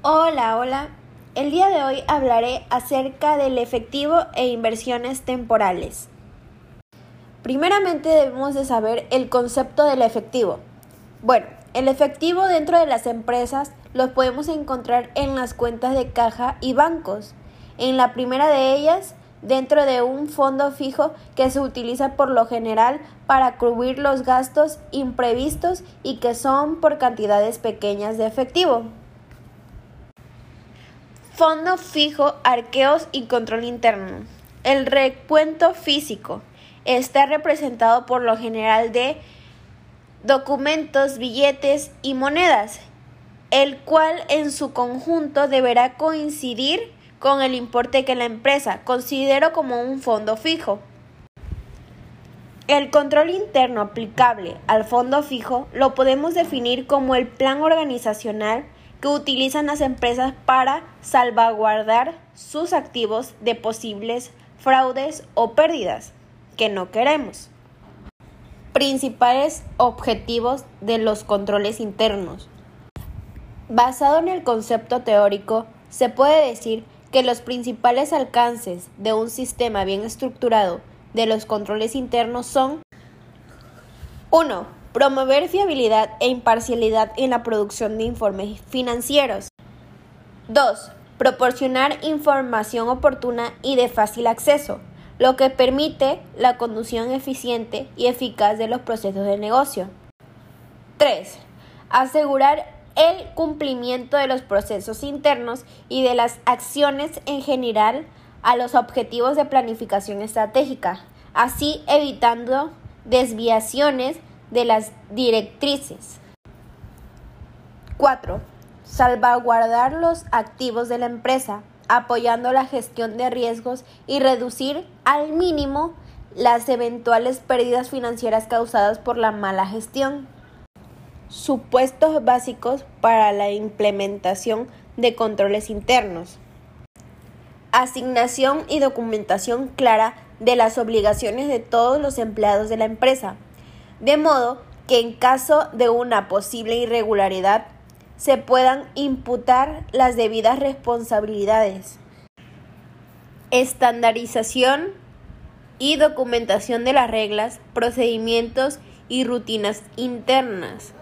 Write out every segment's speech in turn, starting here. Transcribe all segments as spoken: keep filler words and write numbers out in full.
Hola, hola. El día de hoy hablaré acerca del efectivo e inversiones temporales. Primeramente debemos de saber el concepto del efectivo. Bueno, el efectivo dentro de las empresas lo podemos encontrar en las cuentas de caja y bancos. En la primera de ellas, dentro de un fondo fijo que se utiliza por lo general para cubrir los gastos imprevistos y que son por cantidades pequeñas de efectivo. Fondo fijo, arqueos y control interno. El recuento físico está representado por lo general de documentos, billetes y monedas, el cual en su conjunto deberá coincidir con el importe que la empresa considera como un fondo fijo. El control interno aplicable al fondo fijo lo podemos definir como el plan organizacional que utilizan las empresas para salvaguardar sus activos de posibles fraudes o pérdidas que no queremos. Principales objetivos de los controles internos. Basado en el concepto teórico, se puede decir que los principales alcances de un sistema bien estructurado de los controles internos son: uno. Promover fiabilidad e imparcialidad en la producción de informes financieros. dos. Proporcionar información oportuna y de fácil acceso, lo que permite la conducción eficiente y eficaz de los procesos de negocio. tres. Asegurar el cumplimiento de los procesos internos y de las acciones en general a los objetivos de planificación estratégica, así evitando desviaciones de las directrices. cuatro. Salvaguardar los activos de la empresa, apoyando la gestión de riesgos y reducir al mínimo las eventuales pérdidas financieras causadas por la mala gestión. Supuestos básicos para la implementación de controles internos. Asignación y documentación clara de las obligaciones de todos los empleados de la empresa, de modo que en caso de una posible irregularidad se puedan imputar las debidas responsabilidades. Estandarización y documentación de las reglas, procedimientos y rutinas internas.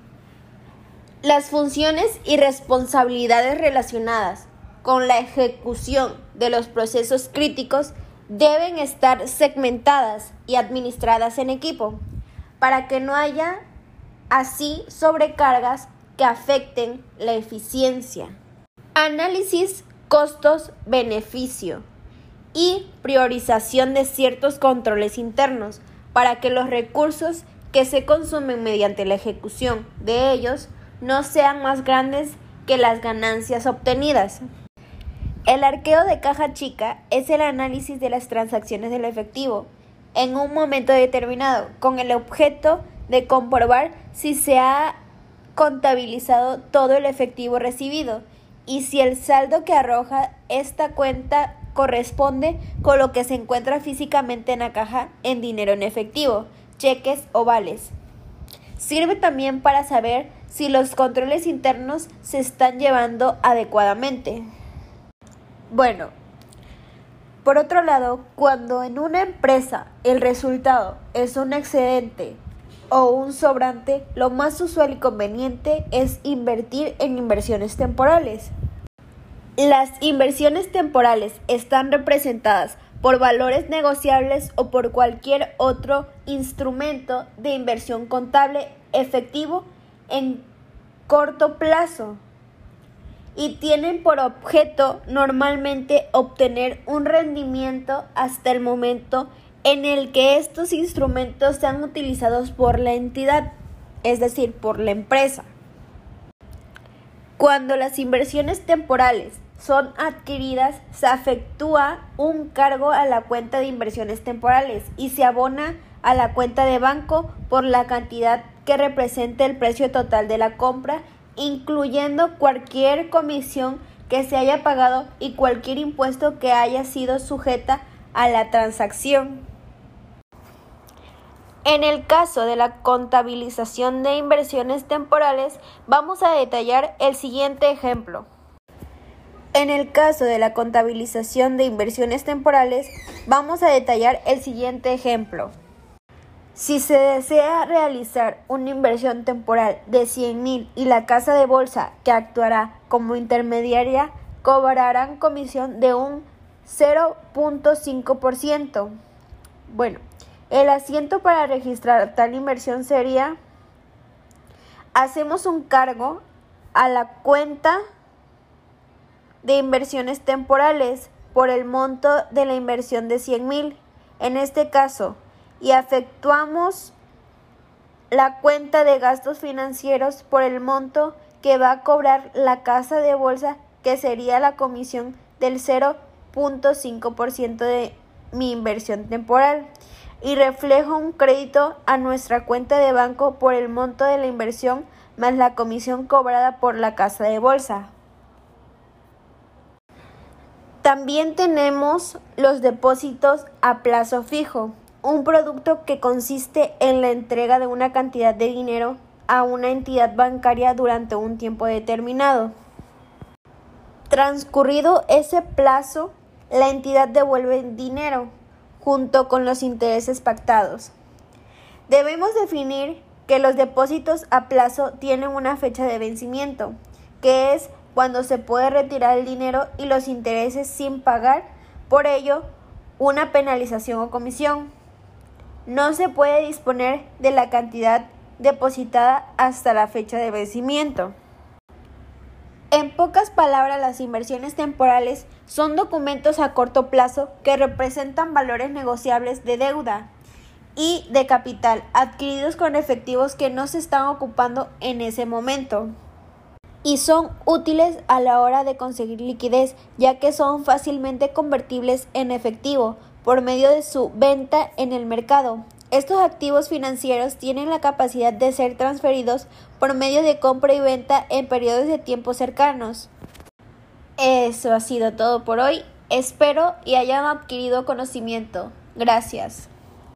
Las funciones y responsabilidades relacionadas con la ejecución de los procesos críticos deben estar segmentadas y administradas en equipo, para que no haya así sobrecargas que afecten la eficiencia. Análisis costos-beneficio y priorización de ciertos controles internos para que los recursos que se consumen mediante la ejecución de ellos no sean más grandes que las ganancias obtenidas. El arqueo de caja chica es el análisis de las transacciones del efectivo en un momento determinado, con el objeto de comprobar si se ha contabilizado todo el efectivo recibido y si el saldo que arroja esta cuenta corresponde con lo que se encuentra físicamente en la caja en dinero en efectivo, cheques o vales. Sirve también para saber si los controles internos se están llevando adecuadamente. Bueno, por otro lado, cuando en una empresa el resultado es un excedente o un sobrante, lo más usual y conveniente es invertir en inversiones temporales. Las inversiones temporales están representadas por valores negociables o por cualquier otro instrumento de inversión contable efectivo en corto plazo y tienen por objeto normalmente obtener un rendimiento hasta el momento en el que estos instrumentos sean utilizados por la entidad, es decir, por la empresa. Cuando las inversiones temporales son adquiridas, se efectúa un cargo a la cuenta de inversiones temporales y se abona a la cuenta de banco por la cantidad que represente el precio total de la compra, incluyendo cualquier comisión que se haya pagado y cualquier impuesto que haya sido sujeta a la transacción. En el caso de la contabilización de inversiones temporales, vamos a detallar el siguiente ejemplo. En el caso de la contabilización de inversiones temporales, vamos a detallar el siguiente ejemplo. Si se desea realizar una inversión temporal de cien mil y la casa de bolsa que actuará como intermediaria cobrarán comisión de un cero punto cinco por ciento. Bueno, el asiento para registrar tal inversión sería: hacemos un cargo a la cuenta de inversiones temporales por el monto de la inversión de cien mil, en este caso, y efectuamos la cuenta de gastos financieros por el monto que va a cobrar la casa de bolsa, que sería la comisión del cero punto cinco por ciento de mi inversión temporal, y reflejo un crédito a nuestra cuenta de banco por el monto de la inversión más la comisión cobrada por la casa de bolsa. También tenemos los depósitos a plazo fijo, un producto que consiste en la entrega de una cantidad de dinero a una entidad bancaria durante un tiempo determinado. Transcurrido ese plazo, la entidad devuelve el dinero junto con los intereses pactados. Debemos definir que los depósitos a plazo tienen una fecha de vencimiento, que es cuando se puede retirar el dinero y los intereses sin pagar por ello una penalización o comisión. No se puede disponer de la cantidad depositada hasta la fecha de vencimiento. En pocas palabras, las inversiones temporales son documentos a corto plazo que representan valores negociables de deuda y de capital adquiridos con efectivos que no se están ocupando en ese momento, y son útiles a la hora de conseguir liquidez, ya que son fácilmente convertibles en efectivo por medio de su venta en el mercado. Estos activos financieros tienen la capacidad de ser transferidos por medio de compra y venta en periodos de tiempo cercanos. Eso ha sido todo por hoy. Espero y hayan adquirido conocimiento. Gracias.